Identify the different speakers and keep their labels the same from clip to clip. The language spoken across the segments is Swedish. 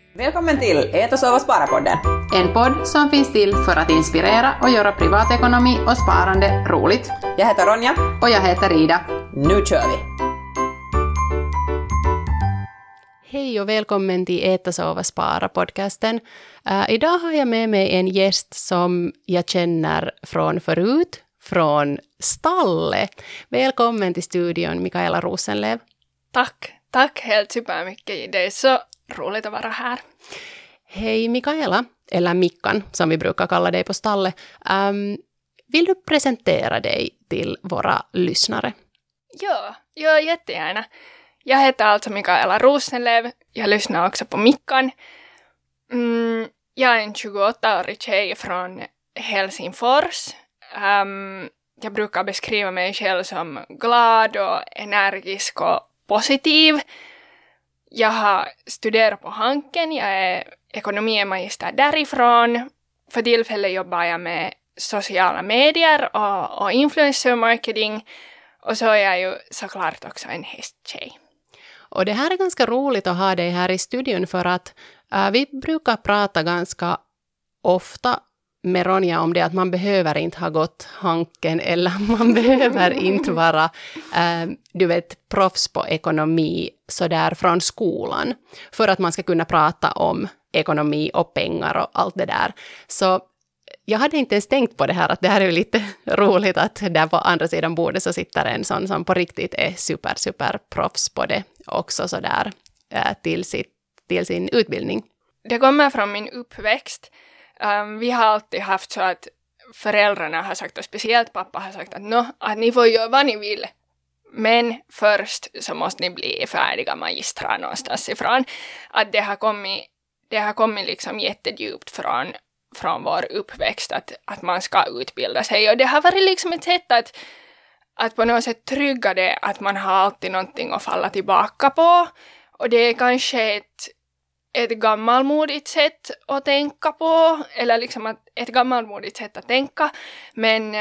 Speaker 1: Välkommen till Ät och sova spara-podden.
Speaker 2: En podd som finns till för att inspirera och göra privatekonomi och sparande roligt.
Speaker 1: Jag heter Ronja.
Speaker 2: Och jag heter Ida.
Speaker 1: Nu kör vi!
Speaker 2: Hej och välkommen till Ät och sova spara-podcasten. Idag har jag med mig en gäst som jag känner från förut, från Stalle. Välkommen till studion, Mikaela Rosenlöv.
Speaker 3: Tack helt supermycket. Det är så roligt att vara här.
Speaker 2: Hej Mikaela, eller Mickan som vi brukar kalla dig på Stalle. Vill du presentera dig till våra lyssnare?
Speaker 3: Ja, jättegärna. Jag heter alltså Mikaela Rosenlöv. Jag lyssnar också på Mickan. Jag är en 28-årig tjej från Helsingfors. Jag brukar beskriva mig själv som glad och energisk och positiv. Jag har studerat på Hanken. Jag är ekonomimagister därifrån. För tillfället jobbar jag med sociala medier och influencer marketing. Och så är jag ju såklart också en hästtjej.
Speaker 2: Och det här är ganska roligt att ha dig här i studion för att vi brukar prata ganska ofta med Ronja om det att man behöver inte ha gått Hanken eller man behöver inte vara proffs på ekonomi så där från skolan för att man ska kunna prata om ekonomi och pengar och allt det där. Så jag hade inte ens tänkt på det här att det här är lite roligt att där på andra sidan bordet så sitter en sån som på riktigt är super proffs på det också så där till sin utbildning.
Speaker 3: Det kommer från min uppväxt. Vi har alltid haft så att föräldrarna har sagt, och speciellt pappa har sagt att ni får göra vad ni vill. Men först så måste ni bli färdiga magistrar någonstans ifrån. Att det har kommit liksom jättedjupt från vår uppväxt att man ska utbilda sig. Och det har varit liksom ett sätt att på något sätt trygga det att man har alltid någonting att falla tillbaka på. Och det är kanske ett gammalmodigt sätt att tänka på, eller liksom ett gammalmodigt sätt att tänka, men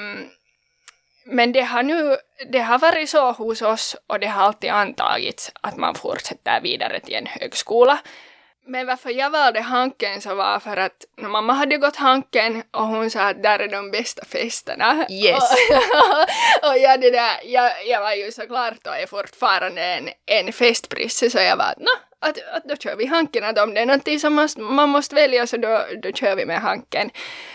Speaker 3: det har varit så hos oss och det har alltid antagits att man fortsätter vidare till en högskola. Men varför jag valde Hanken så var för att mamma hade gått Hanken och hon sa att där är de bästa festerna.
Speaker 2: Yes.
Speaker 3: Och jag var ju såklart och är fortfarande en festprisse så jag var att då kör vi Hanken, att om det är någonting som man måste välja så då kör vi med Hanken.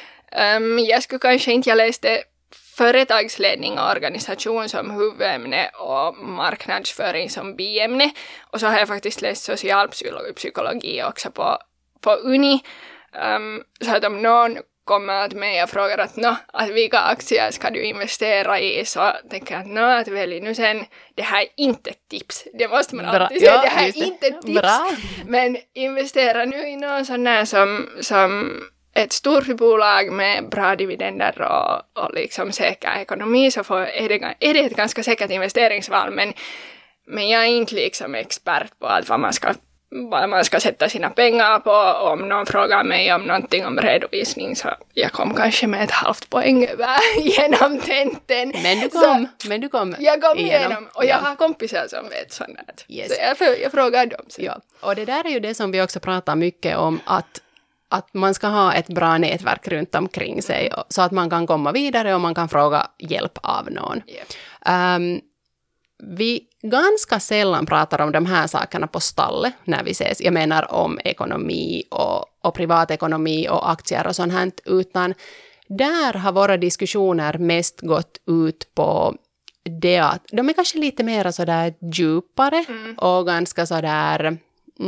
Speaker 3: Jag läste företagsledning och organisation som huvudämne och marknadsföring som biämne. Och så har jag faktiskt läst socialpsykologi också på uni. Så att om någon kommer till mig och frågar att vilka aktier ska du investera i, så tänker jag att välj nu sen. Det här är inte ett tips. Det måste man alltid säga. Det här är inte ett tips.
Speaker 2: Bra.
Speaker 3: Men investera nu i någon sån här som ett stort bolag med bra dividender och liksom säker ekonomi, så är det ett ganska säkert investeringsval. Men jag är inte liksom expert på allt vad man ska sätta sina pengar på. Om någon frågar mig om någonting om redovisning så jag kom kanske med ett halvt poäng över genom tenten.
Speaker 2: Men du kom.
Speaker 3: Jag kom igenom och jag har kompisar som vet sånt.
Speaker 2: Yes.
Speaker 3: Så jag frågar dem. Så.
Speaker 2: Ja. Och det där är ju det som vi också pratar mycket om, att man ska ha ett bra nätverk runt omkring sig så att man kan komma vidare och man kan fråga hjälp av någon. Yeah. Vi ganska sällan pratar om de här sakerna på Stalle när vi ses. Jag menar om ekonomi och privatekonomi och aktier och sånt här, utan där har våra diskussioner mest gått ut på det att de är kanske lite mer sådär djupare och ganska sådär,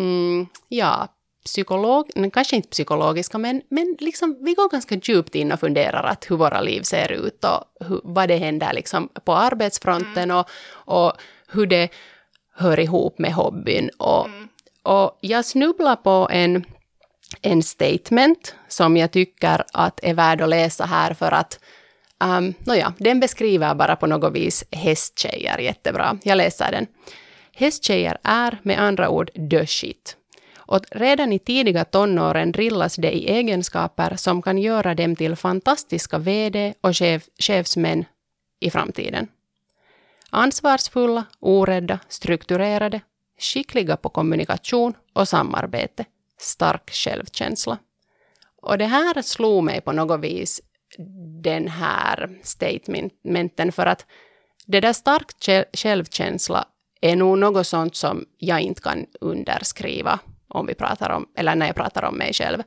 Speaker 2: kanske inte psykologiska, men liksom vi går ganska djupt in och funderar att hur våra liv ser ut och vad det händer liksom på arbetsfronten och hur det hör ihop med hobbyn. Och jag snubblar på en statement som jag tycker att är värd att läsa här för att den beskriver bara på något vis hästtjejer jättebra. Jag läser den. Hästtjejer är med andra ord the shit. Och redan i tidiga tonåren drillas det i egenskaper som kan göra dem till fantastiska vd och chefsmän i framtiden. Ansvarsfulla, orädda, strukturerade, skickliga på kommunikation och samarbete, stark självkänsla. Och det här slog mig på något vis, den här statementen, för att det där stark självkänsla är nog något sånt som jag inte kan underskriva om vi pratar om, eller när jag pratar om mig själv.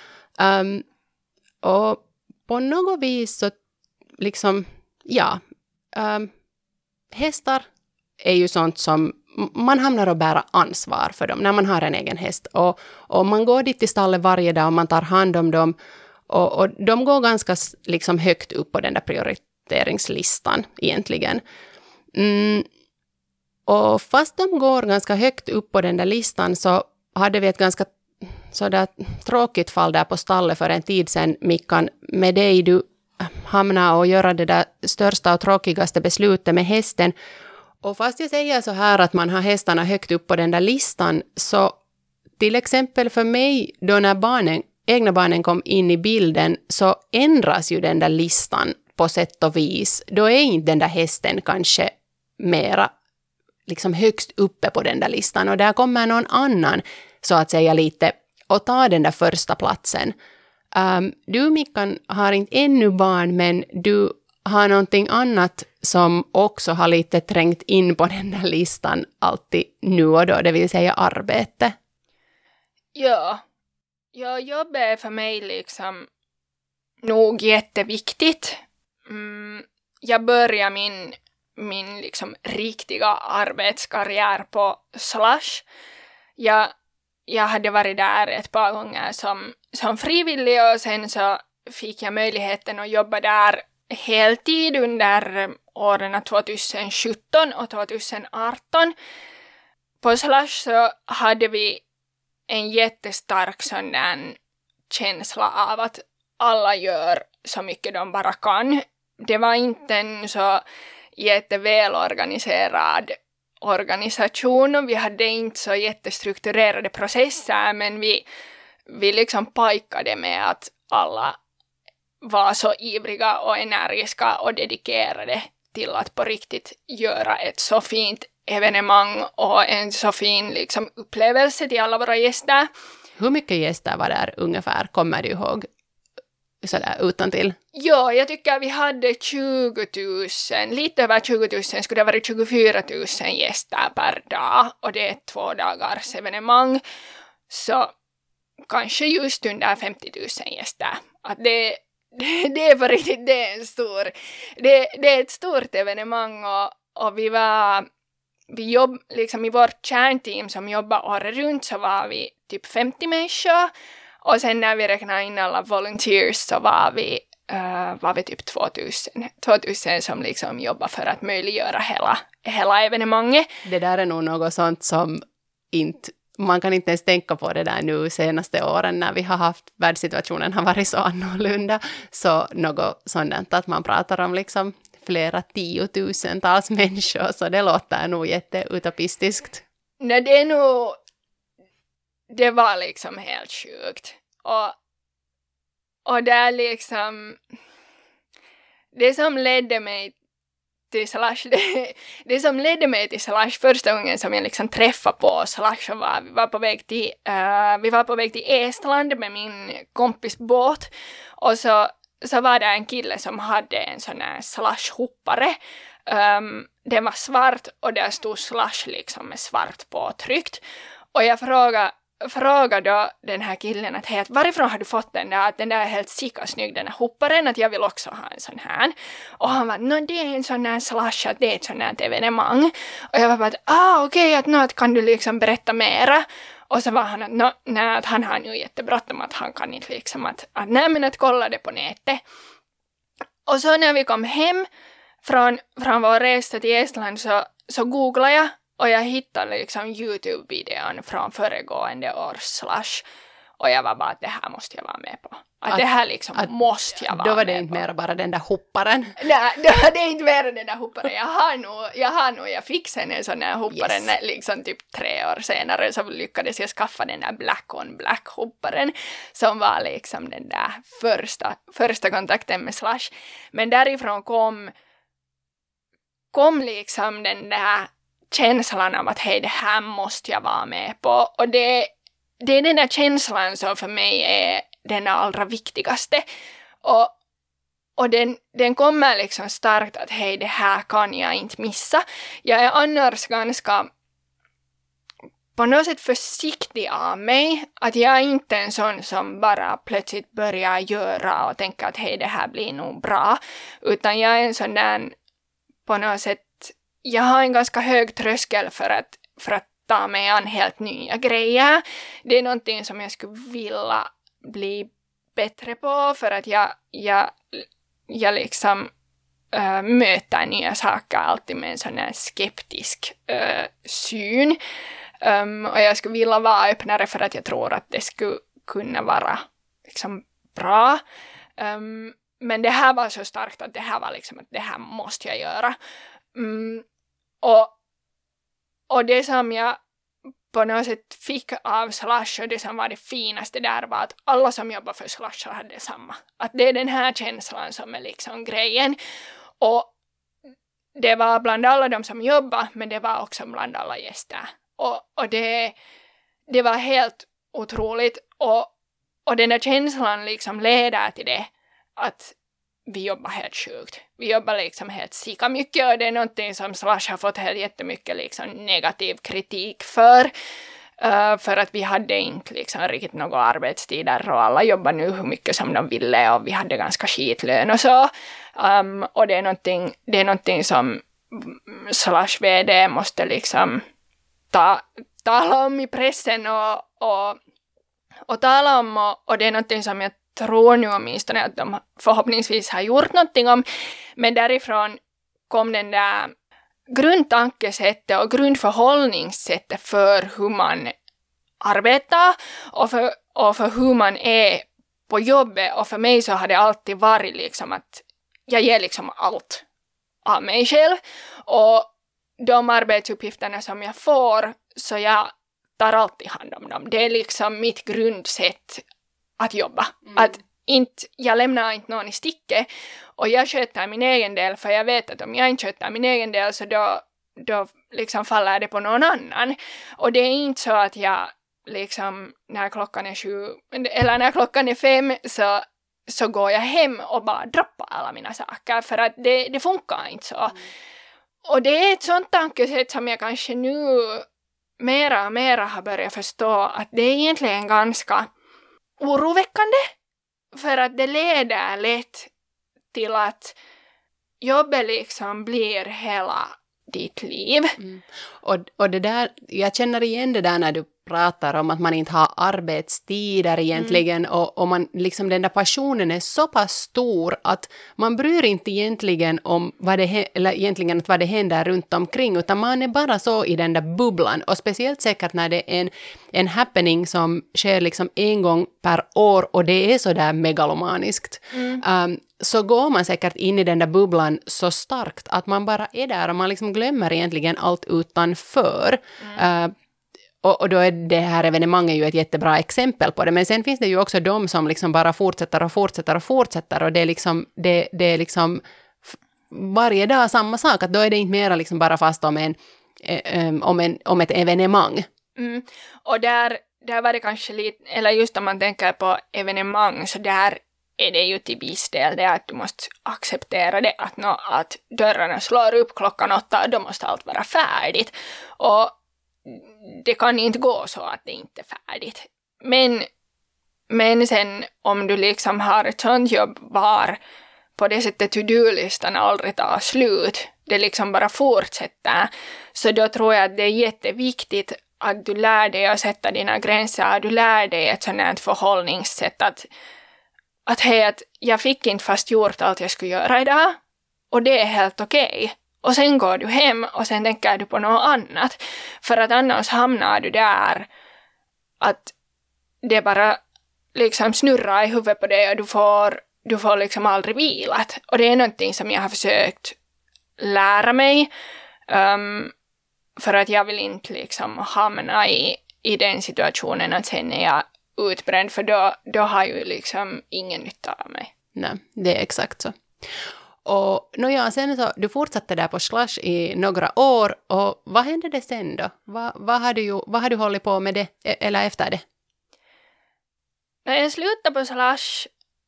Speaker 2: Och på något vis så liksom, hästar är ju sånt som man hamnar att bära ansvar för dem när man har en egen häst. Och man går dit till stallet varje dag och man tar hand om dem. Och de går ganska liksom högt upp på den där prioriteringslistan egentligen. Och fast de går ganska högt upp på den där listan så hade vi ett ganska sådär tråkigt fall där på stallet för en tid sedan, Mickan, med dig. Du hamnar och göra det där största och tråkigaste beslutet med hästen. Och fast jag säger så här att man har hästarna högt upp på den där listan, så till exempel för mig då när egna barnen kom in i bilden så ändras ju den där listan på sätt och vis. Då är inte den där hästen kanske mera liksom högst uppe på den där listan, och där kommer någon annan så att säga lite och tar den där första platsen. Du, Mickan, har inte ännu barn, men du har någonting annat som också har lite trängt in på den där listan alltid nu och då, det vill säga arbete.
Speaker 3: Ja, jobb är för mig liksom nog jätteviktigt. Jag börjar min liksom riktiga arbetskarriär på Slush. Jag hade varit där ett par gånger som frivillig, och sen så fick jag möjligheten att jobba där heltid under åren 2017 och 2018. På Slush så hade vi en jättestark sån där känsla av att alla gör så mycket de bara kan. Det var inte en så jättevälorganiserad organisation, och vi hade inte så jättestrukturerade processer, men vi liksom pajkade med att alla var så ivriga och energiska och dedikerade till att på riktigt göra ett så fint evenemang och en så fin liksom upplevelse till alla våra gäster.
Speaker 2: Hur mycket gäster var där ungefär, kommer du ihåg? Sådär utantill.
Speaker 3: Ja, jag tycker vi hade 20 000, lite över 20 000, skulle det vara 24 000 gäster per dag, och det är ett 2 dagars evenemang, så kanske just under 50 000 gäster. Att det är på riktigt, det är ett stort evenemang, och vi liksom i vårt kärnteam som jobbar året runt så var vi typ 50 människor. Och sen när vi räknade in alla volunteers så var vi typ 2000 som liksom jobbar för att möjliggöra hela evenemanget.
Speaker 2: Det där är nog något sånt som man kan inte ens tänka på det där nu senaste åren när vi har haft, världssituationen har varit så annorlunda. Så något sådant att man pratar om liksom flera 10 000-tals människor, så det låter nog jätteutopistiskt.
Speaker 3: Nej, det var liksom helt sjukt. Och det är liksom det som ledde mig till Slush, det som ledde mig till Slush första gången som jag liksom träffade på Slush, och vi var på väg till Estland med min kompis båt, och så var det en kille som hade en sån här Slush-hoppare. Den var svart och där stod Slush liksom med svart påtryckt. Och jag frågade då den här killen att hej, varifrån har du fått den där? Att den där är helt sika snygg, den här hopparen, att jag vill också ha en sån här. Och han var, det är en sån här Slush, att det är ett sån här evenemang. Och jag var bara okej, att kan du liksom berätta mera? Och så var han att han har nu jättebråttom, att han kan inte liksom att kolla det på nätet. Och så när vi kom hem från vår resa till Estland så googlade jag. Och jag hittade liksom YouTube-videon från föregående års Slush. Och jag var bara att det här måste jag vara med på. Att det här liksom måste jag vara med på.
Speaker 2: Då var det inte mer bara den där hopparen.
Speaker 3: Nej, då var det inte mer den där hopparen. Jag fixade en sån här hopparen liksom typ 3 år senare, så lyckades jag skaffa den där Black on Black hopparen som var liksom den där första kontakten med Slush. Men därifrån kom liksom den där känslan av att hej, det här måste jag vara med på. Och det det är den där känslan som för mig är den allra viktigaste. Och den kommer liksom starkt att hej, det här kan jag inte missa. Jag är annars ganska på något sätt försiktig av mig. Att jag är inte en sån som bara plötsligt börjar göra och tänka att hej, det här blir nog bra. Utan jag är en sån där på något sätt, jag har en ganska hög tröskel för att ta mig an helt nya grejer. Det är någonting som jag skulle vilja bli bättre på för att jag liksom möter nya saker alltid med en sån här skeptisk syn. Och jag skulle vilja vara öppnare för att jag tror att det skulle kunna vara liksom bra. Men det här var så starkt att det här var liksom att det här måste jag göra. Och det som jag på något sätt fick av Slush och det som var det finaste där var att alla som jobbar för Slush hade samma. Att det är den här känslan som är liksom grejen. Och det var bland alla de som jobbar, men det var också bland alla gäster. Och det var helt otroligt. Och den där känslan liksom leder till det att vi jobbar helt sjukt. Vi jobbar liksom helt sika mycket och det är någonting som Slush har fått helt jättemycket liksom negativ kritik för att vi hade inte liksom riktigt några arbetstider och alla jobbar nu hur mycket som de ville och vi hade ganska skitlön och så. Och det är någonting som Slush VD måste liksom tala om i pressen och tala om och det är någonting som jag tror nu åtminstone att de förhoppningsvis har gjort någonting om. Men därifrån kom den där grundtankesättet och grundförhållningssättet för hur man arbetar och för hur man är på jobbet. Och för mig så har det alltid varit liksom att jag ger liksom allt av mig själv. Och de arbetsuppgifterna som jag får så jag tar alltid hand om dem. Det är liksom mitt grundsätt att jobba. Att jag lämnar inte någon i sticket och jag sköter min egen del för jag vet att om jag inte sköter min egen del så då liksom faller det på någon annan. Och det är inte så att jag liksom när klockan är 7 eller när klockan är 5 så går jag hem och bara droppar alla mina saker för att det funkar inte så. Och det är ett sånt tankesätt som jag kanske nu mera och mera har börjat förstå att det är egentligen ganska oroväckande för att det leder lätt till att jobbet liksom blir hela ditt liv.
Speaker 2: Och det där, jag känner igen det där när du pratar om att man inte har arbetstider egentligen och man liksom den där passionen är så pass stor att man bryr inte egentligen om vad det händer runt omkring utan man är bara så i den där bubblan och speciellt säkert när det är en happening som sker liksom en gång per år och det är så där megalomaniskt så går man säkert in i den där bubblan så starkt att man bara är där och man liksom glömmer egentligen allt utanför. Och då är det här evenemanget ju ett jättebra exempel på det. Men sen finns det ju också de som liksom bara fortsätter och det är liksom varje dag samma sak. Att då är det inte mera liksom bara fast om ett evenemang.
Speaker 3: Och där var det kanske lite, eller just om man tänker på evenemang så där är det ju till viss del det att du måste acceptera det att dörrarna slår upp klockan 8 och då måste allt vara färdigt. Och det kan inte gå så att det inte är färdigt. Men sen om du liksom har ett sånt jobb var på det sättet to-do-listan aldrig tar slut, det liksom bara fortsätter, så då tror jag att det är jätteviktigt att du lär dig att sätta dina gränser, du lär dig ett sånt här förhållningssätt att jag fick inte fast gjort allt jag skulle göra idag och det är helt okej. Och sen går du hem och sen tänker du på något annat. För att annars hamnar du där att det bara liksom snurrar i huvudet på dig och du får liksom aldrig vilat. Och det är någonting som jag har försökt lära mig. För att jag vill inte liksom hamna i den situationen att sen är jag utbränd. För då har ju liksom ingen nytta av mig.
Speaker 2: Nej, det är exakt så. Och sen så, du fortsatte där på Slush i några år och vad hände det sen då? Vad har du hållit på med det eller efter det?
Speaker 3: När jag slutade på Slush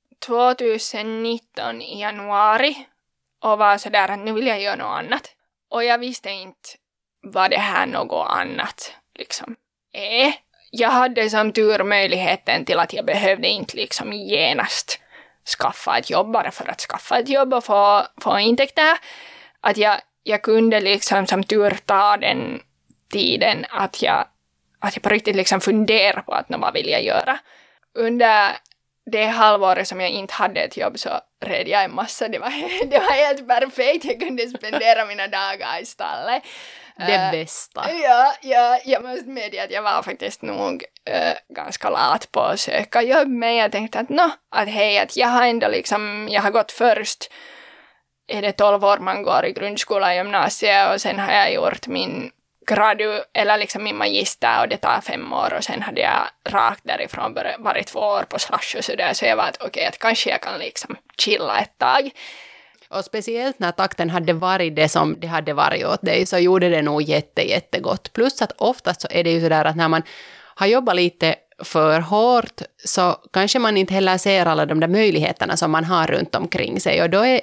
Speaker 3: 2019 i januari och var sådär att nu vill jag göra något annat. Och jag visste inte vad det här något annat liksom är. Jag hade som tur möjligheten till att jag behövde inte liksom genast skaffa ett jobb bara för att skaffa ett jobb och få intäkter. Att jag kunde liksom som tur ta den tiden att jag på riktigt liksom fundera på att vad vill jag göra. Under det halvåret som jag inte hade ett jobb så red jag en massa. Det var helt perfekt. Jag kunde spendera mina dagar i stallet.
Speaker 2: Det bästa.
Speaker 3: Ja, jag måste medge att jag var faktiskt nog ganska lat på att söka jobb. Men jag tänkte att jag har ändå liksom, jag har gått först. Är det 12 år man går i grundskola och gymnasiet och sen har jag gjort min eller liksom min magister och det tar 5 år och sen hade jag rakt därifrån varit 2 år på Slush och sådär så jag var att kanske jag kan liksom chilla ett tag.
Speaker 2: Och speciellt när takten hade varit det som det hade varit åt dig så gjorde det nog jättegott. Plus att oftast så är det ju sådär att när man har jobbat lite för hårt så kanske man inte heller ser alla de där möjligheterna som man har runt omkring sig och då är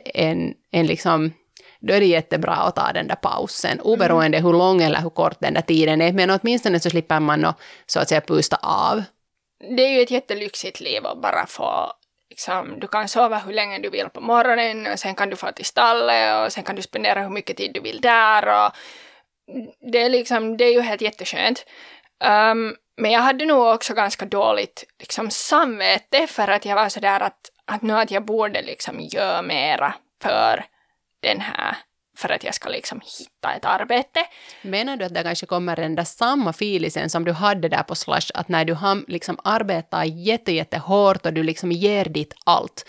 Speaker 2: då är det jättebra att ta den där pausen, oberoende hur lång eller hur kort den där tiden är, men åtminstone så slipper man så att säga pusta av.
Speaker 3: Det är ju ett jättelyxigt liv att bara få, liksom, du kan sova hur länge du vill på morgonen och sen kan du få till stallet och sen kan du spendera hur mycket tid du vill där och det är ju helt jätteskönt. Men jag hade nog också ganska dåligt liksom, samvete för att jag var sådär att jag borde liksom göra mera för att jag ska liksom hitta ett arbete.
Speaker 2: Menar du att det kanske kommer den där samma filisen som du hade där på Slush, att när du har liksom arbetar jättehårt och du liksom ger ditt allt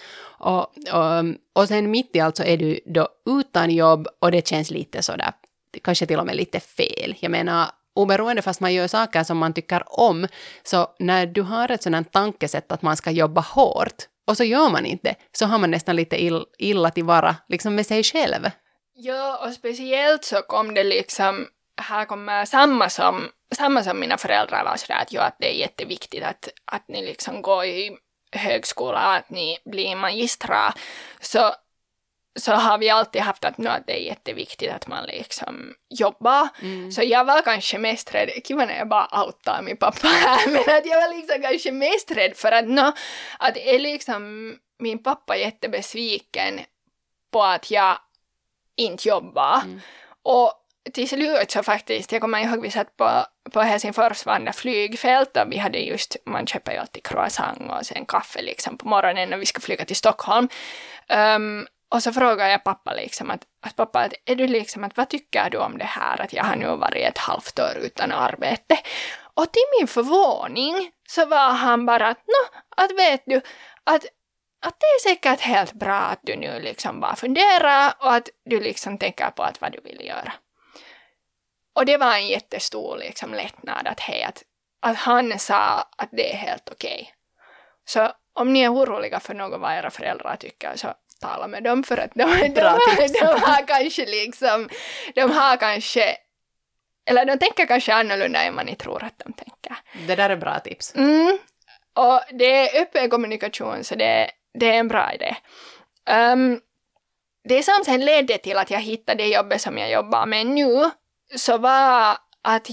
Speaker 2: och sen mitt i allt så är du då utan jobb och det känns lite sådär, kanske till och med lite fel. Jag menar, oberoende fast man gör saker som man tycker om, så när du har ett sådant tankesätt att man ska jobba hårt och så gör man inte, så har man nästan lite illa tillvara liksom med sig själv.
Speaker 3: Ja, och speciellt så kom det liksom, här kommer samma som mina föräldrar var sådär att det är jätteviktigt att ni liksom går i högskola, att ni blir magistra, så har vi alltid haft att det är jätteviktigt att man liksom jobbar. Så jag var kanske mest rädd, kiva när jag bara outar min pappa här, men att jag var liksom kanske mest rädd för att är liksom min pappa jättebesviken på att jag inte jobbar. Och till slut så faktiskt, jag kommer ihåg vi satt på Helsingfors Vanda flygfält och vi hade just, man köper ju alltid croissant och sen kaffe liksom på morgonen när vi ska flyga till Stockholm. Och så frågade jag pappa liksom att pappa, är du liksom att vad tycker du om det här att jag har nu varit ett halvt år utan arbete? Och till min förvåning så var han bara att vet du att det är säkert helt bra att du nu liksom bara funderar och att du liksom tänker på vad du vill göra. Och det var en jättestor liksom lättnad att han sa att det är helt okej. Så om ni är oroliga för något vad era föräldrar tycker så tala med dem för att de har kanske liksom, eller de tänker kanske annorlunda än man inte tror att de tänker.
Speaker 2: Det där är bra tips.
Speaker 3: Och det är öppen kommunikation så det är en bra idé. Det som sen ledde till att jag hittade det jobbet som jag jobbar med nu så var att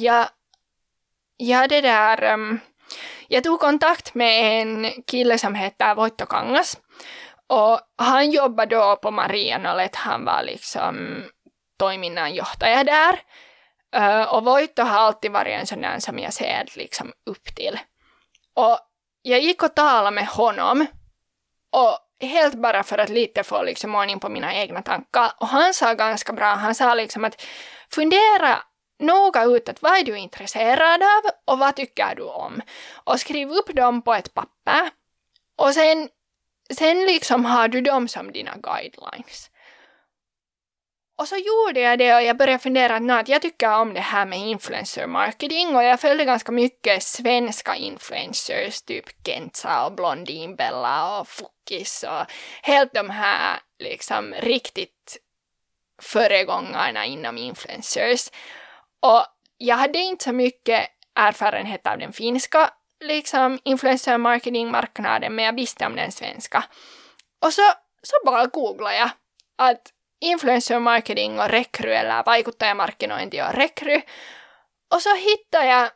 Speaker 3: jag tog kontakt med en kille som heter Voitto Kangas. Och han jobbade då på Marianolet, han var liksom toiminnanjohtaja där. Och Voitto har alltid varit en sån där som jag ser liksom upp till. Och jag gick och talade med honom. Och helt bara för att lite få liksom ordning på mina egna tankar. Och han sa ganska bra, han sa liksom att fundera noga ut att vad är du intresserad av och vad tycker du om. Och skriv upp dem på ett papper. Och sen liksom har du dem som dina guidelines. Och så gjorde jag det och jag började fundera att jag tycker om det här med influencer marketing och jag följde ganska mycket svenska influencers, typ Kentsa och Blondinbella och Fukis och helt de här liksom riktigt föregångarna inom influencers. Och jag hade inte så mycket erfarenhet av den finska liksom influencer marketing-marknaden, men jag visste om den svenska. Och så bara googlade jag att influencer marketing och rekry eller vaikuttajamarkkinointi och rekry. Och så hittade jag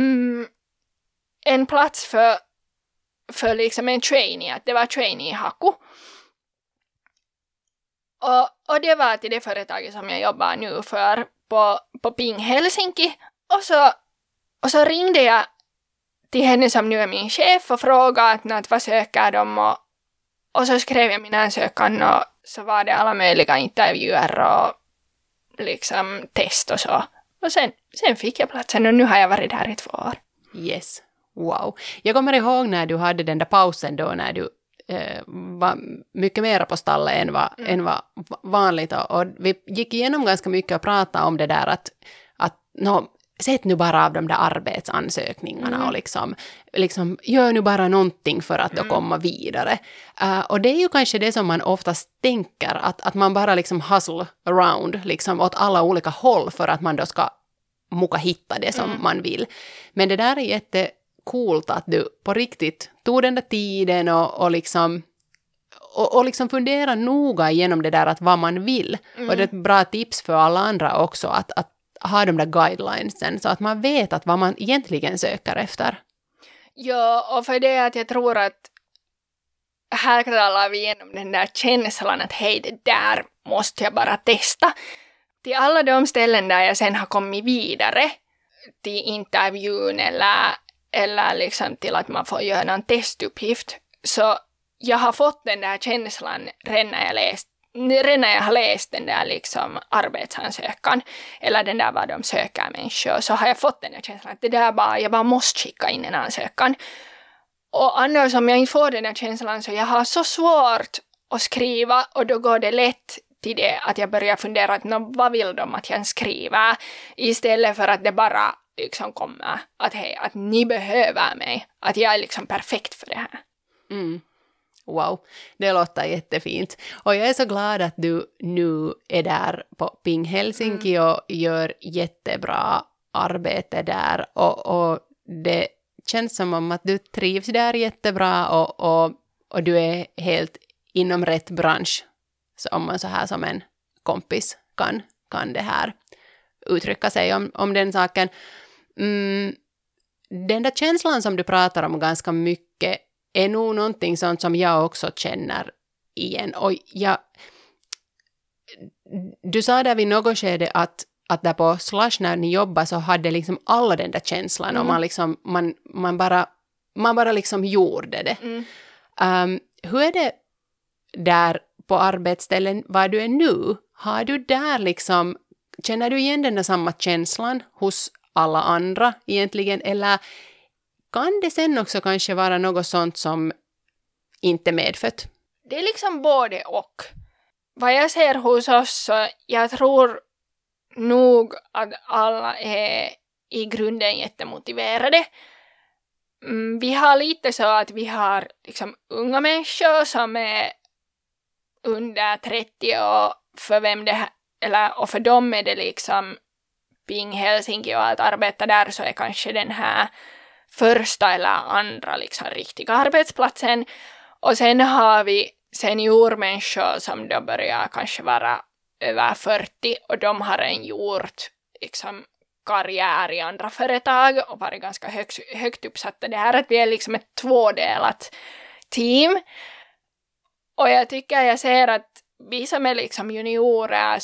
Speaker 3: en plats för liksom en trainee, att det var trainee-haku. Och det var till det företaget som jag jobbar nu för på Ping Helsinki. Och så ringde jag till henne som nu är min chef och frågade att vad söker de, och så skrev jag min ansökan och så var det alla möjliga intervjuer och liksom test och så. Och sen fick jag platsen och nu har jag varit där i 2 år.
Speaker 2: Yes, wow. Jag kommer ihåg när du hade den där pausen då när du var mycket mer på stallet än vad vanligt. Och vi gick igenom ganska mycket och pratade om det där att sätt nu bara av de där arbetsansökningarna och liksom gör nu bara någonting för att då komma vidare. Och det är ju kanske det som man oftast tänker, att man bara liksom hustle around liksom åt alla olika håll för att man då ska muka hitta det som man vill. Men det där är jättecoolt att du på riktigt tog den där tiden och liksom fundera noga igenom det där att vad man vill. Och det är ett bra tips för alla andra också att ha de där guidelinesen så att man vet att vad man egentligen söker efter.
Speaker 3: Ja, och för det att jag tror att här talar vi igenom den där känslan att hej, det där måste jag bara testa. Till alla de ställen där jag sen har kommit vidare till intervjun eller liksom till att man får göra en testuppgift, så jag har fått den där känslan redan när jag har läst den där liksom arbetsansökan eller den där vad de söker människor, så har jag fått den där känslan att det där jag bara måste skicka in en ansökan. Och annars om jag inte får den där känslan så jag har så svårt att skriva, och då går det lätt till det att jag börjar fundera att vad vill de att jag skriver, istället för att det bara liksom kommer att hej, att ni behöver mig, att jag är liksom perfekt för det här.
Speaker 2: Wow, det låter jättefint. Och jag är så glad att du nu är där på Ping Helsinki och gör jättebra arbete där. Och det känns som om att du trivs där jättebra och du är helt inom rätt bransch. Så om man så här som en kompis kan det här uttrycka sig om den saken. Den där känslan som du pratar om ganska mycket är nog någonting sånt som jag också känner igen. Och du sa där vid något skede att där på Slush när ni jobbar så hade liksom alla den där känslan och man bara liksom gjorde det. Hur är det där på arbetsställen var du är nu? Har du där liksom, känner du igen den där samma känslan hos alla andra egentligen, eller kan det sen också kanske vara något sånt som inte medfött?
Speaker 3: Det är liksom både och. Vad jag ser hos oss, så jag tror nog att alla är i grunden jättemotiverade. Vi har lite så att vi har liksom unga människor som är under 30 och för vem det och för dem är det liksom Ping Helsinki och att arbeta där så är kanske den här första eller andra liksom riktiga arbetsplatsen. Och sen har vi seniormänniskor som då börjar kanske vara över 40 och de har gjort liksom karriär i andra företag och varit ganska högt uppsatta. Det här att vi är liksom ett tvådelat team. Och jag tycker jag ser att vi som är liksom juniorer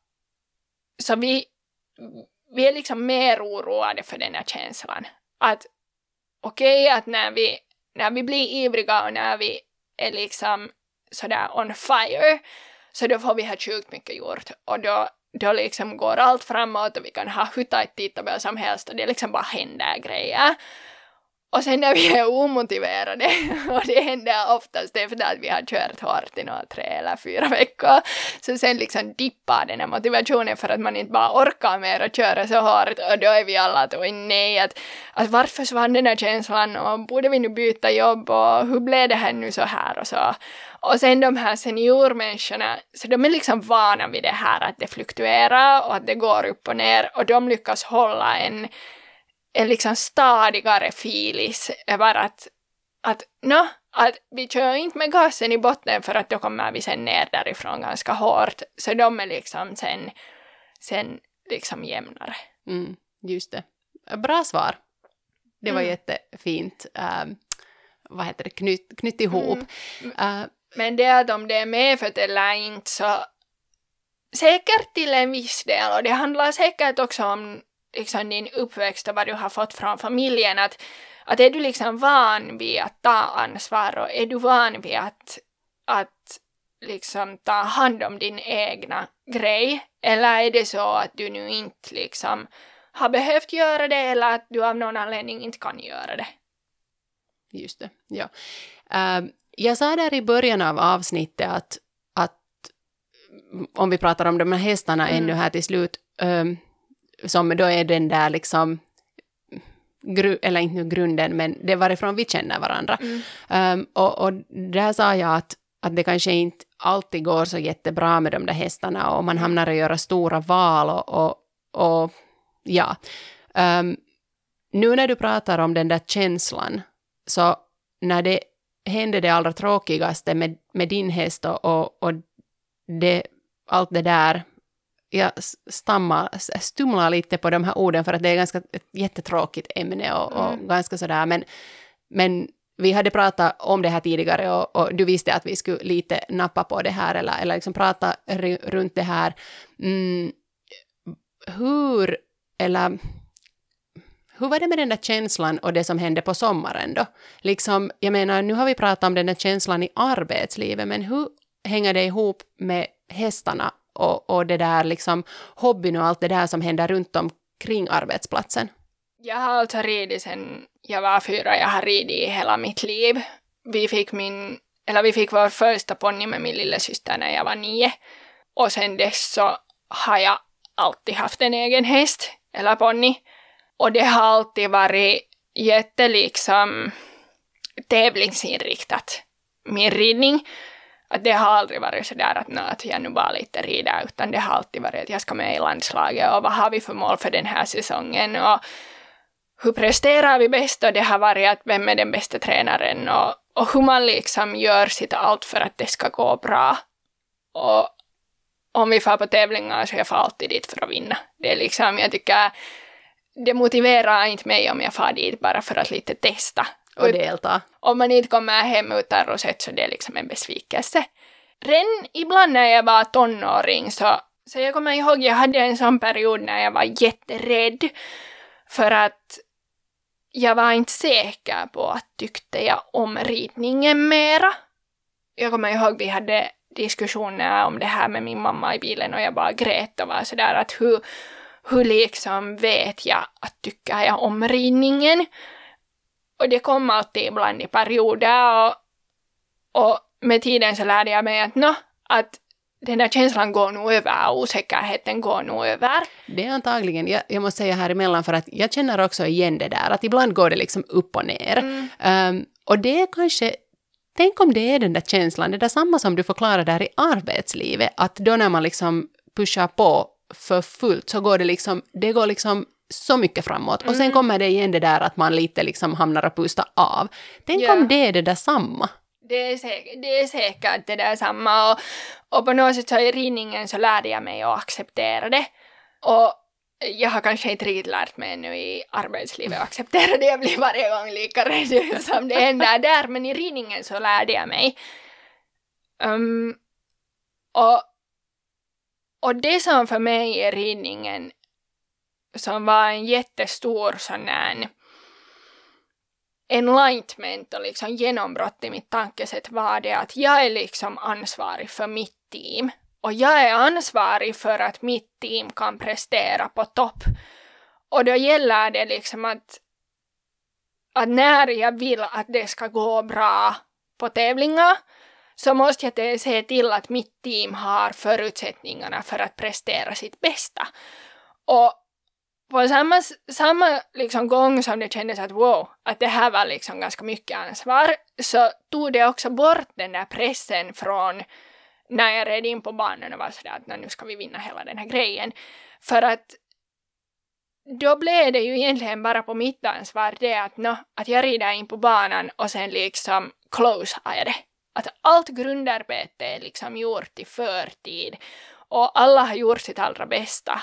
Speaker 3: så vi är liksom mer oroade för den här känslan. Att okej, att när vi blir ivriga och när vi är liksom sådär on fire, så då får vi ha sjukt mycket gjort. Och då liksom går allt framåt och vi kan ha hur tajt tidtabell som helst och det liksom bara händer grejer. Och sen när vi är omotiverade, och det händer oftast efter att vi har kört hårt i 3 eller 4 veckor, så sen liksom dippar den här motivationen för att man inte bara orkar mer att köra så hårt, och då är vi alla att oj nej, att varför försvann den här känslan och borde vi nu byta jobb och hur blev det här nu så här och så. Och sen de här seniormänniskorna, så de är liksom vana vid det här att det fluktuerar och att det går upp och ner, och de lyckas hålla en liksom stadigare filis över att vi kör inte med gasen i botten för att då kommer vi sen ner därifrån ganska hårt. Så de är liksom sen liksom jämnare.
Speaker 2: Just det. Bra svar. Det var jättefint. Vad heter det? Knytt ihop.
Speaker 3: Men det att om det är medfött eller inte så säkert till en viss del. Och det handlar säkert också om liksom din uppväxt och vad du har fått från familjen. Att är du liksom van vid att ta ansvar och är du van vid att liksom ta hand om din egna grej? Eller är det så att du nu inte liksom har behövt göra det eller att du av någon anledning inte kan göra det?
Speaker 2: Just det, ja. Jag sa där i början av avsnittet att om vi pratar om de här hästarna ännu här till slut, som då är den där liksom eller inte nu grunden, men det är varifrån vi känner varandra. Och där sa jag att det kanske inte alltid går så jättebra med de där hästarna och man hamnar att göra stora val och ja. Nu när du pratar om den där känslan, så när det hände det allra tråkigaste med din häst och allt det där, jag stumlar lite på de här orden för att det är ganska ett jättetråkigt ämne och ganska sådär, men vi hade pratat om det här tidigare och du visste att vi skulle lite nappa på det här eller liksom prata runt det här. Hur var det med den där känslan och det som hände på sommaren då? Liksom, jag menar, nu har vi pratat om den där känslan i arbetslivet, men hur hänger det ihop med hästarna och det där liksom hobbyn och allt det där som händer runt omkring arbetsplatsen?
Speaker 3: Jag har alltså ridit sen jag var 4, jag har ridit i hela mitt liv. Vi fick vår första ponny med min lillasyster när jag var 9. Och sen dess så har jag alltid haft en egen häst eller ponny. Och det har alltid varit liksom tävlingsinriktat, min ridning. Att det har aldrig varit så där att jag nu bara lite rider, utan det har alltid varit att jag ska med i landslaget och vad har vi för mål för den här säsongen och hur presterar vi bäst, och det har varit att vem är den bästa tränaren och hur man liksom gör sitt allt för att det ska gå bra. Och om vi får på tävlingar så jag får alltid dit för att vinna. Det är liksom, jag tycker det motiverar inte mig om jag får dit bara för att lite testa.
Speaker 2: Och delta.
Speaker 3: Om man inte kommer hem utan rosett så det är liksom en besvikelse. Redan ibland när jag var tonåring så jag kommer ihåg jag hade en sån period när jag var jätterädd för att jag var inte säker på att tyckte jag om ridningen mera. Jag kommer ihåg vi hade diskussioner om det här med min mamma i bilen och jag bara grät och var sådär att hur liksom vet jag att tycker jag om ridningen. Och det kom alltid ibland i perioder och med tiden så lärde jag mig att den där känslan går nog över, osäkerheten går nog över.
Speaker 2: Det är antagligen, jag måste säga här emellan för att jag känner också igen det där, att ibland går det liksom upp och ner. Och det är kanske, tänk om det är den där känslan, det där samma som du förklarar där i arbetslivet, att då när man liksom pushar på för fullt så går det går liksom så mycket framåt. Och sen kommer det igen det där att man lite liksom hamnar och pusta av. Tänk om det är det där samma.
Speaker 3: Det är säkert det där samma. Och på något sätt så i ridningen så lärde jag mig att acceptera det. Och jag har kanske inte riktigt lärt mig nu i arbetslivet att acceptera det. Jag blir varje gång lika rädd som det händer där. Men i ridningen så lärde jag mig. Och det som för mig i ridningen som var en jättestor sån här enlightenment och liksom genombrott i mitt tankesätt var det att jag är liksom ansvarig för mitt team. Och jag är ansvarig för att mitt team kan prestera på topp. Och då gäller det liksom att när jag vill att det ska gå bra på tävlingar så måste jag se till att mitt team har förutsättningarna för att prestera sitt bästa. Och på samma liksom gång som det kändes att det här var liksom ganska mycket ansvar, så tog det också bort den där pressen från när jag red in på banan och var sådär att nu ska vi vinna hela den här grejen. För att då blev det ju egentligen bara på mitt ansvar det att jag rider in på banan och sen liksom closar jag det. Att allt grundarbete är liksom gjort i förtid och alla har gjort sitt allra bästa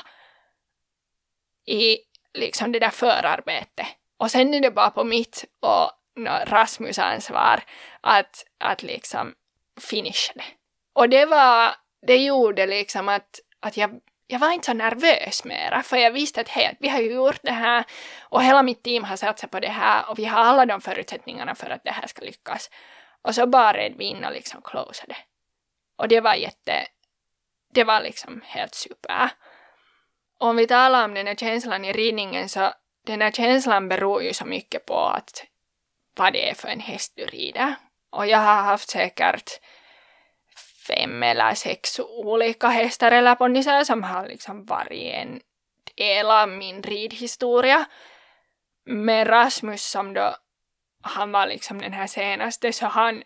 Speaker 3: i liksom det där förarbetet. Och sen är det bara på mitt och Rasmus ansvar att liksom finisha det. Och det gjorde liksom att jag var inte så nervös mera, för jag visste att hej, vi har ju gjort det här och hela mitt team har satsat på det här och vi har alla de förutsättningarna för att det här ska lyckas. Och så bara red vi in och liksom closade. Och det var liksom helt super. Om vi talar om den här känslan i ridningen, så den här känslan beror ju så mycket på vad det är för en häst du rider. Och jag har haft säkert 5 eller 6 olika hästar eller ponnyer som har liksom varit en del av min ridhistoria. Med Rasmus som då, han var liksom den här senaste, så han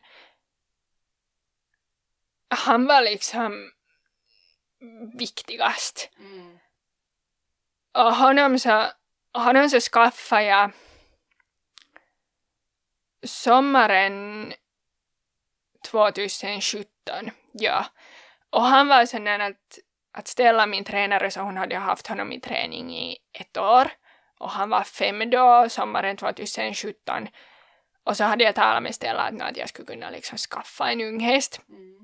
Speaker 3: var liksom viktigast. Mm. Och honom så skaffade jag sommaren 2017, ja. Och han var sån där att Stella, min tränare, så hon hade haft honom i träning i 1 år. Och han var 5 då, sommaren 2017. Och så hade jag talat med Stella att jag skulle kunna liksom skaffa en ung häst. Mm.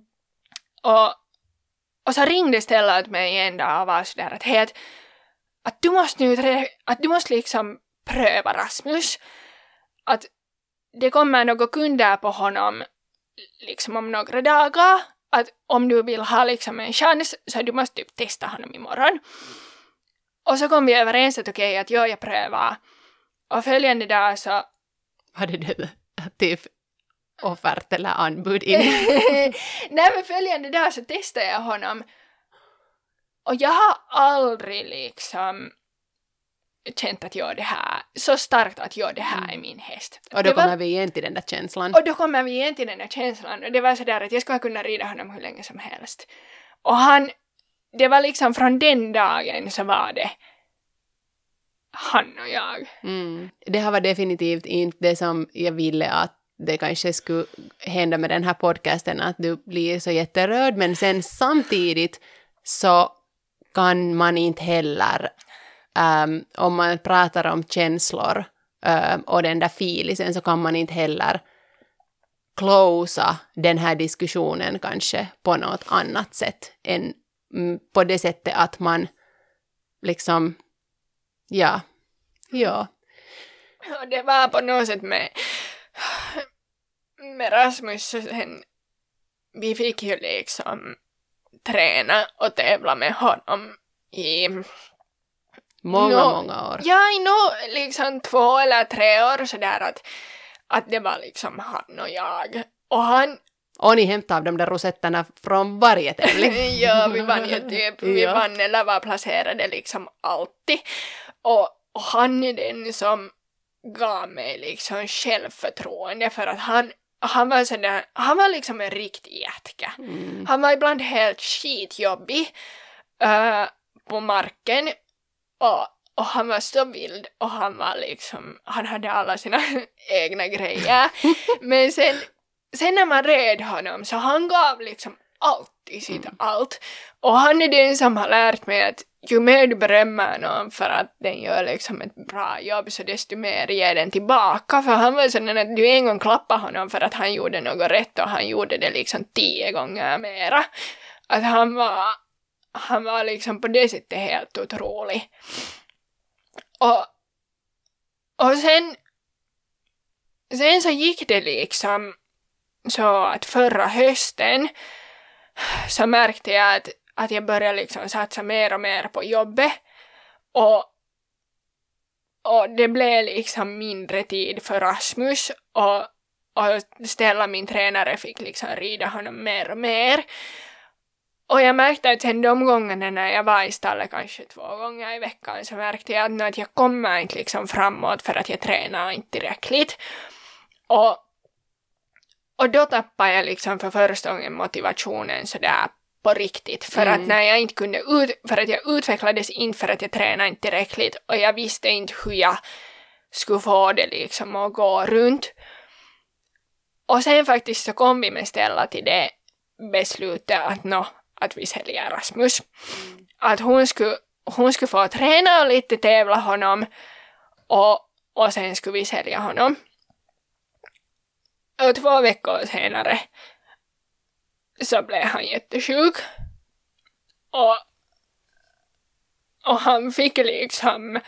Speaker 3: Och så ringde Stella åt mig en dag och var sådär att hej, att du måste liksom pröva Rasmus. Att det kommer några kunder på honom liksom om några dagar. Att om du vill ha liksom en chans så du måste typ testa honom imorgon. Och så kom vi överens att okej, att jag prövar. Och följande dag så...
Speaker 2: Var det typ offert eller anbud in?
Speaker 3: Nej, men följande dag så testade jag honom. Och jag har aldrig liksom känt att jag det här, så starkt att jag det här är min häst.
Speaker 2: Och då kommer vi igen till den där känslan.
Speaker 3: Och det var sådär att jag skulle kunna rida honom hur länge som helst. Och det var liksom från den dagen så var det han och jag.
Speaker 2: Mm. Det här var definitivt inte det som jag ville att det kanske skulle hända med den här podcasten, att du blir så jätterörd, men sen samtidigt så kan man inte heller, om man pratar om känslor och den där filisen, så kan man inte heller closa den här diskussionen kanske på något annat sätt än på det sättet att man liksom, ja.
Speaker 3: Och det var på något sätt med Rasmus, sen vi fick ju liksom träna och tävla med honom i
Speaker 2: många år.
Speaker 3: Ja, i liksom 2 eller 3 år sådär att det var liksom han och jag.
Speaker 2: Och ni hämtade de där rosetterna från varje tävling.
Speaker 3: Ja, vi vann ju typ, vi vann eller var placerade liksom alltid. Och han är den som gav mig liksom självförtroende, för att han var sådär, han var liksom en riktig jätka. Mm. Han var ibland helt skitjobbig på marken och han var så vild och han var liksom, han hade alla sina egna grejer. Men sen när man red honom så han gav liksom alltid sitt allt. Och han är den som har lärt mig att ju mer du berömmer någon för att den gör liksom ett bra jobb, så desto mer ger den tillbaka. För han var sån att du en gång klappade honom för att han gjorde något rätt och han gjorde det liksom 10 gånger mera. Att han var liksom på det sättet helt otrolig. Och sen så gick det liksom så att förra hösten så märkte jag att jag började liksom satsa mer och mer på jobbet. Och det blev liksom mindre tid för Rasmus. Och Stella, min tränare, fick liksom rida honom mer och mer. Och jag märkte att sen de gångerna när jag var i stallet kanske 2 gånger i veckan, så märkte jag att jag kommer inte liksom framåt för att jag tränar inte tillräckligt. Och då tappade jag liksom för första gången motivationen så där på riktigt. För att när jag inte kunde för att jag utvecklades inte för att jag tränade inte tillräckligt och jag visste inte hur jag skulle få det liksom att gå runt. Och sen faktiskt så kom vi med Stella till det beslutet att vi säljer Rasmus. Att hon skulle få träna och lite tävla honom och sen skulle vi sälja honom. Och 2 veckor senare så blev han jättesjuk. Och han fick liksom...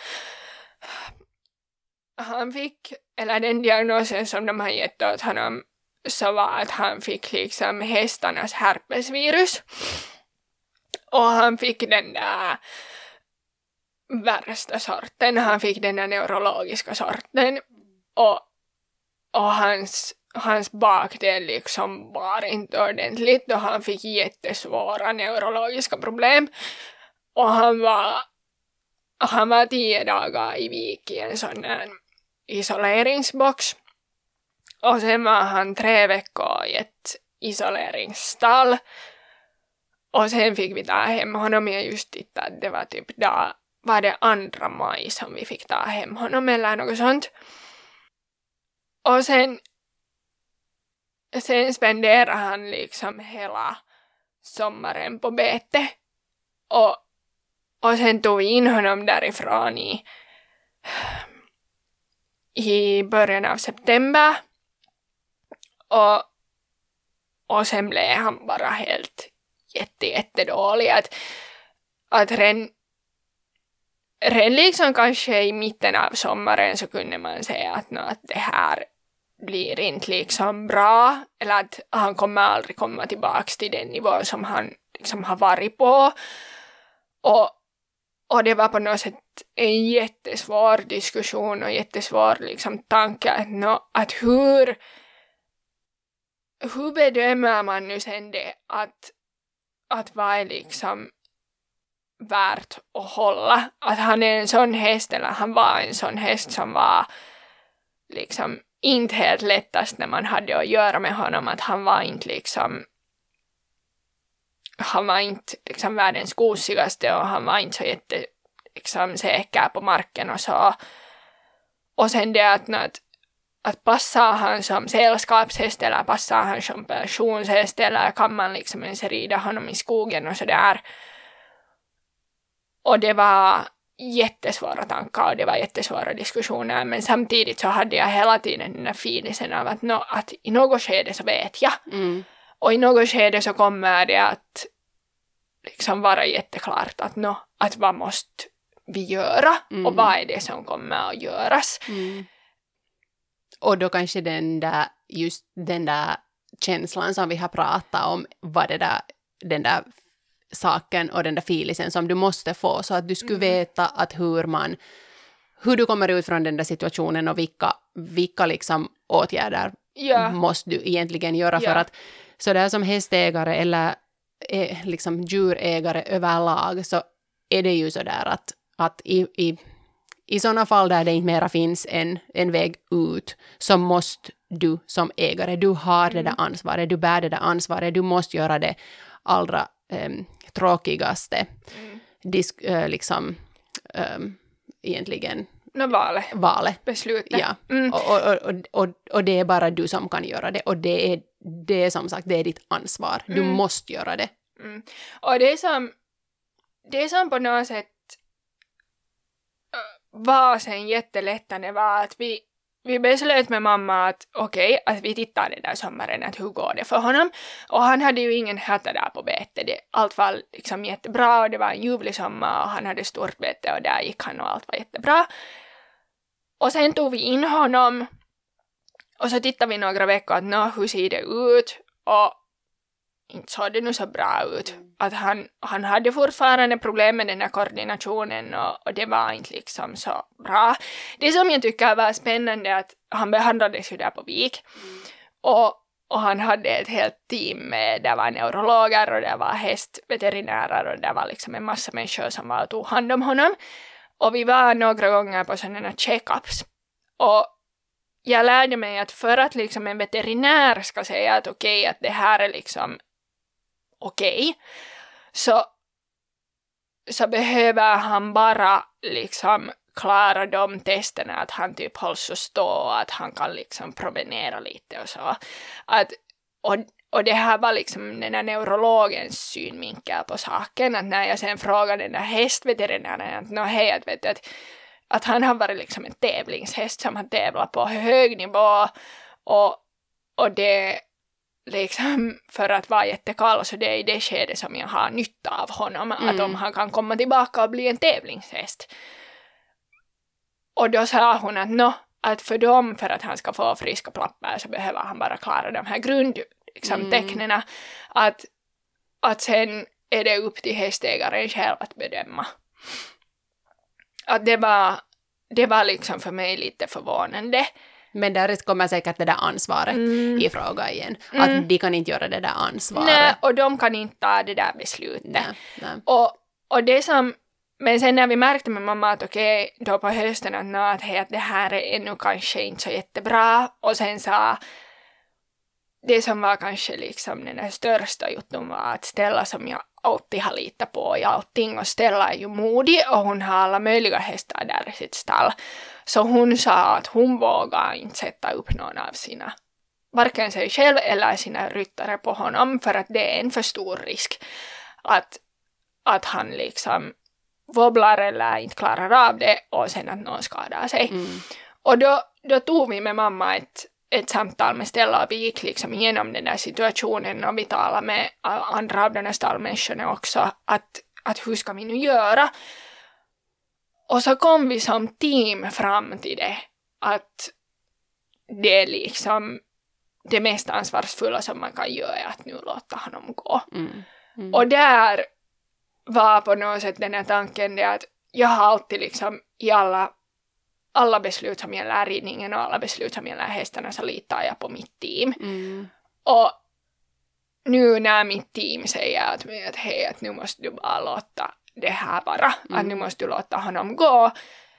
Speaker 3: Eller den diagnosen som de har gett åt honom så var att han fick liksom hästarnas herpesvirus. Och han fick den där värsta sorten. Han fick den där neurologiska sorten. Och hans bakdel liksom var inte ordentligt och han fick jättesvåra neurologiska problem. Och han var 10 dagar i Vik i en sån här isoleringsbox. Och sen var han 3 veckor i ett isoleringsstall. Och sen fick vi ta hem honom. Jag just tittade, det var typ var det 2 maj som vi fick ta hem honom eller något sånt. Och sen spenderade han liksom hela sommaren på bete. Och sen tog vi in honom därifrån i början av september. Och sen blev han bara helt jättedålig. Att ren liksom kanske i mitten av sommaren så kunde man säga att det här blir inte liksom bra. Eller att han kommer aldrig komma tillbaka till den nivå som han liksom har varit på. Och det var på något sätt en jättesvår diskussion och jättesvår liksom tanke att hur bedömer man nu sen det att vad är liksom värt att hålla. Att han är en sån häst eller han var en sån häst som var liksom inte helt lättast när man hade att göra med honom. Att han var inte liksom världens gosigaste och han var inte så liksom säker på marken och så. Och sen det att passar han som sällskapshäst eller passar han som pensionshäst eller kan man liksom ens rida honom i skogen och sådär. Och det var jättesvåra tankar och det var jättesvåra diskussioner. Men samtidigt så hade jag hela tiden den där feelingen av att i något skede så vet jag. Mm. Och i något skede så kommer det att liksom vara jätteklart att vad måste vi göra och vad är det som kommer att göras. Mm.
Speaker 2: Och då kanske den där känslan som vi har pratat om var den där saken och den där filisen som du måste få så att du skulle veta att hur du kommer ut från den där situationen och vilka liksom åtgärder måste du egentligen göra för att sådär som hästägare eller liksom djurägare överlag så är det ju sådär att i sådana fall där det inte mera finns en väg ut så måste du som ägare, du har det där ansvaret, du bär det där ansvaret, du måste göra det allra tråkigaste liksom egentligen valet.
Speaker 3: Beslutet.
Speaker 2: Ja. Och det är bara du som kan göra det och det är som sagt det är ditt ansvar. Du måste göra det.
Speaker 3: Mm. Och det är som på något sätt var sen jättelättande var att vi beslöt med mamma att att vi tittar den där sommaren att hur går det för honom. Och han hade ju ingen härta där på bete. Allt var liksom jättebra och det var en ljuvlig sommar och han hade stort bete och där gick han och allt var jättebra. Och sen tog vi in honom och så tittade vi några veckor att hur ser det ut och inte såg det nu så bra ut. Att han hade fortfarande problem med den här koordinationen och det var inte liksom så bra. Det som jag tycker var spännande att han behandlades ju där på Vik. Och han hade ett helt team med, där var neurologer och det var hästveterinärer och det var liksom en massa människor som var och tog hand om honom. Och vi var några gånger på sådana check-ups. Och jag lärde mig att för att liksom en veterinär ska säga att att det här är liksom okej. Så behöver han bara liksom klara de testerna, att han typ hålls så stå och att han kan liksom promenera lite och så. Och det här var liksom den här neurologens synvinkel på saken, att när jag sen frågade den där hästveterinären att han har varit liksom en tävlingshäst som har tävlat på hög nivå och det liksom för att vara jättekall, så det är i det skedet som jag har nytta av honom, att om han kan komma tillbaka och bli en tävlingshäst. Och då sa hon att för att han ska få friska plappar så behöver han bara klara de här tecknena, att sen är det upp till hästägaren själv att bedöma. Att det var liksom för mig lite förvånande.
Speaker 2: Men där kommer säkert det där ansvaret i fråga igen. Att de kan inte göra det där ansvaret.
Speaker 3: Nej, och de kan inte ta det där beslutet.
Speaker 2: Nej.
Speaker 3: Och det som... Men sen när vi märkte med mamma att okej, då på hösten att det här är ännu kanske inte så jättebra. Och sen sa... Det som var kanske liksom den där största jutun var att Stella, som jag alltid har litat på i allting, och Stella är ju modig och hon har alla möjliga hästar där i sitt stall. Så hon sa att hon vågar inte sätta upp någon av sina, varken sig själv eller sina ryttare på honom, för att det är en för stor risk att han liksom wobblar eller inte klarar av det och sen att någon skadar sig. Och då tog vi med mamma ett samtal med Stella, och vi gick liksom igenom den där situationen och vi talade med andra av den här stallmänniskorna också att hur ska vi nu göra? Och så kom vi som team fram till det, att det är liksom det mest ansvarsfulla som man kan göra är att nu låta honom gå. Och där var på något sätt den här tanken det att jag har alltid liksom i alla beslut som gäller ridningen och alla beslut som gäller hästarna så litar jag på mitt team. Och nu när mitt team säger att hej, att nu måste du bara låta det här vara, att nu måste du låta honom gå,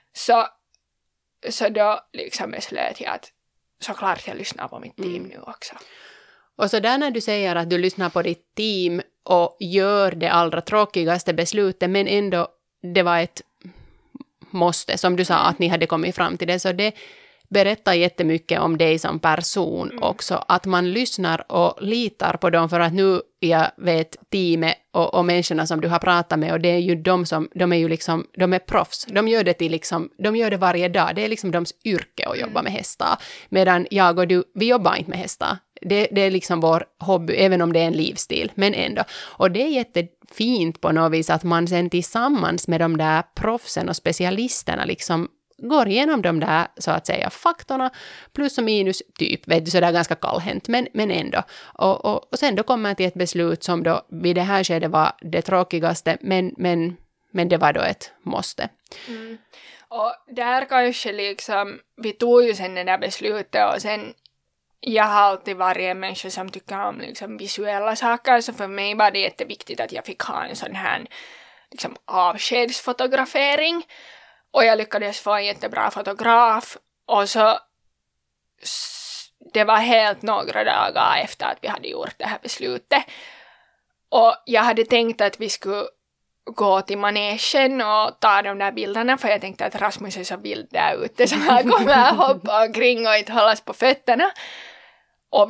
Speaker 3: så då liksom beslöt jag att såklart jag lyssnar på mitt team nu också.
Speaker 2: Och så där när du säger att du lyssnar på ditt team och gör det allra tråkigaste beslutet, men ändå det var ett måste, som du sa att ni hade kommit fram till det, så det berättar jättemycket om dig som person också, att man lyssnar och litar på dem, för att nu jag vet teamet och människorna som du har pratat med, och det är ju de är ju liksom, de är proffs, de gör det till liksom, de gör det varje dag, det är liksom deras yrke att jobba med hästar, medan jag och du, vi jobbar inte med hästar. Det är liksom vår hobby, även om det är en livsstil, men ändå. Och det är jättefint på något vis att man sen tillsammans med de där proffsen och specialisterna liksom går igenom de där, så att säga, faktorna, plus och minus typ, vet du, så där ganska kallhänt, men ändå. Och sen då kommer man till ett beslut som då vid det här skedet var det tråkigaste, men det var då ett måste.
Speaker 3: Och där kanske liksom, vi tog ju sen det där beslutet, och sen jag har alltid varit en människa som tycker om liksom visuella saker, så för mig var det jätteviktigt att jag fick ha en sån här liksom avskedsfotografering, och jag lyckades få en jättebra fotograf, och så det var helt några dagar efter att vi hade gjort det här beslutet, och jag hade tänkt att vi skulle gå till manegen och ta de där bilderna, för jag tänkte att Rasmus är så vild där ute så han kommer hoppa omkring och inte hållas på fötterna. Och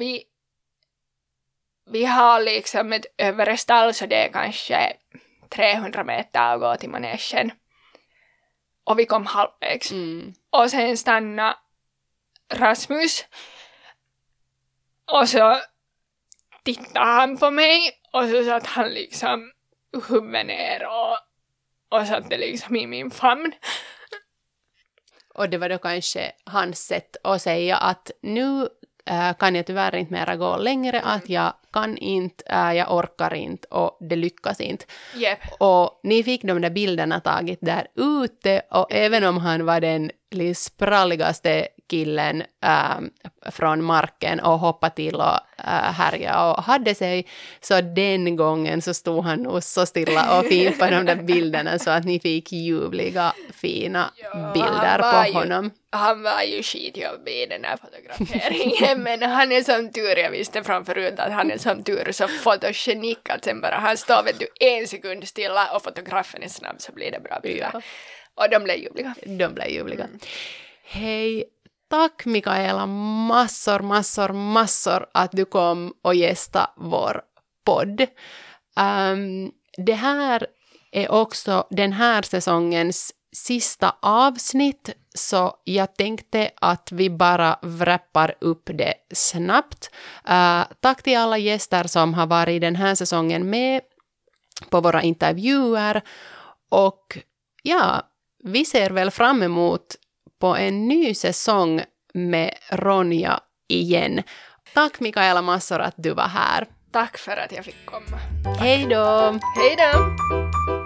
Speaker 3: vi har liksom ett övre stall, så det är kanske 300 meter att gå till manegen. Och vi kom halvvägs. Och sen stannade Rasmus. Och så tittade han på mig, och så satt han liksom huvudet ner och satte liksom i min famn.
Speaker 2: Och det var då kanske hans sätt att säga att nu kan jag tyvärr inte mera gå längre, att jag kan inte, jag orkar inte och det lyckas inte.
Speaker 3: Yep.
Speaker 2: Och ni fick de där bilderna taget där ute, och även om han var den spralligaste killen från marken och hoppade till och härja och hade sig, så den gången så stod han nog så stilla och fin på de där bilderna så att ni fick ljuvliga, fina bilder på honom.
Speaker 3: Han var ju skitjobbig i den här fotograferingen, men han är som tur, jag visste från förut att han är som tur så fotogenik att sen bara han står vet du 1 sekund stilla och fotografen är snabb så blir det bra bilder. Ja. Och de blev ljuvliga.
Speaker 2: Hej, tack Mikaela massor att du kom och gästa vår podd. Det här är också den här säsongens sista avsnitt, så jag tänkte att vi bara wrappar upp det snabbt. Tack till alla gäster som har varit den här säsongen med på våra intervjuer, och ja, vi ser väl fram emot på en ny säsong med Ronja igen. Tack Mikaela massor att du var här.
Speaker 3: Tack för att jag fick komma.
Speaker 2: Hej då!
Speaker 3: Hej då!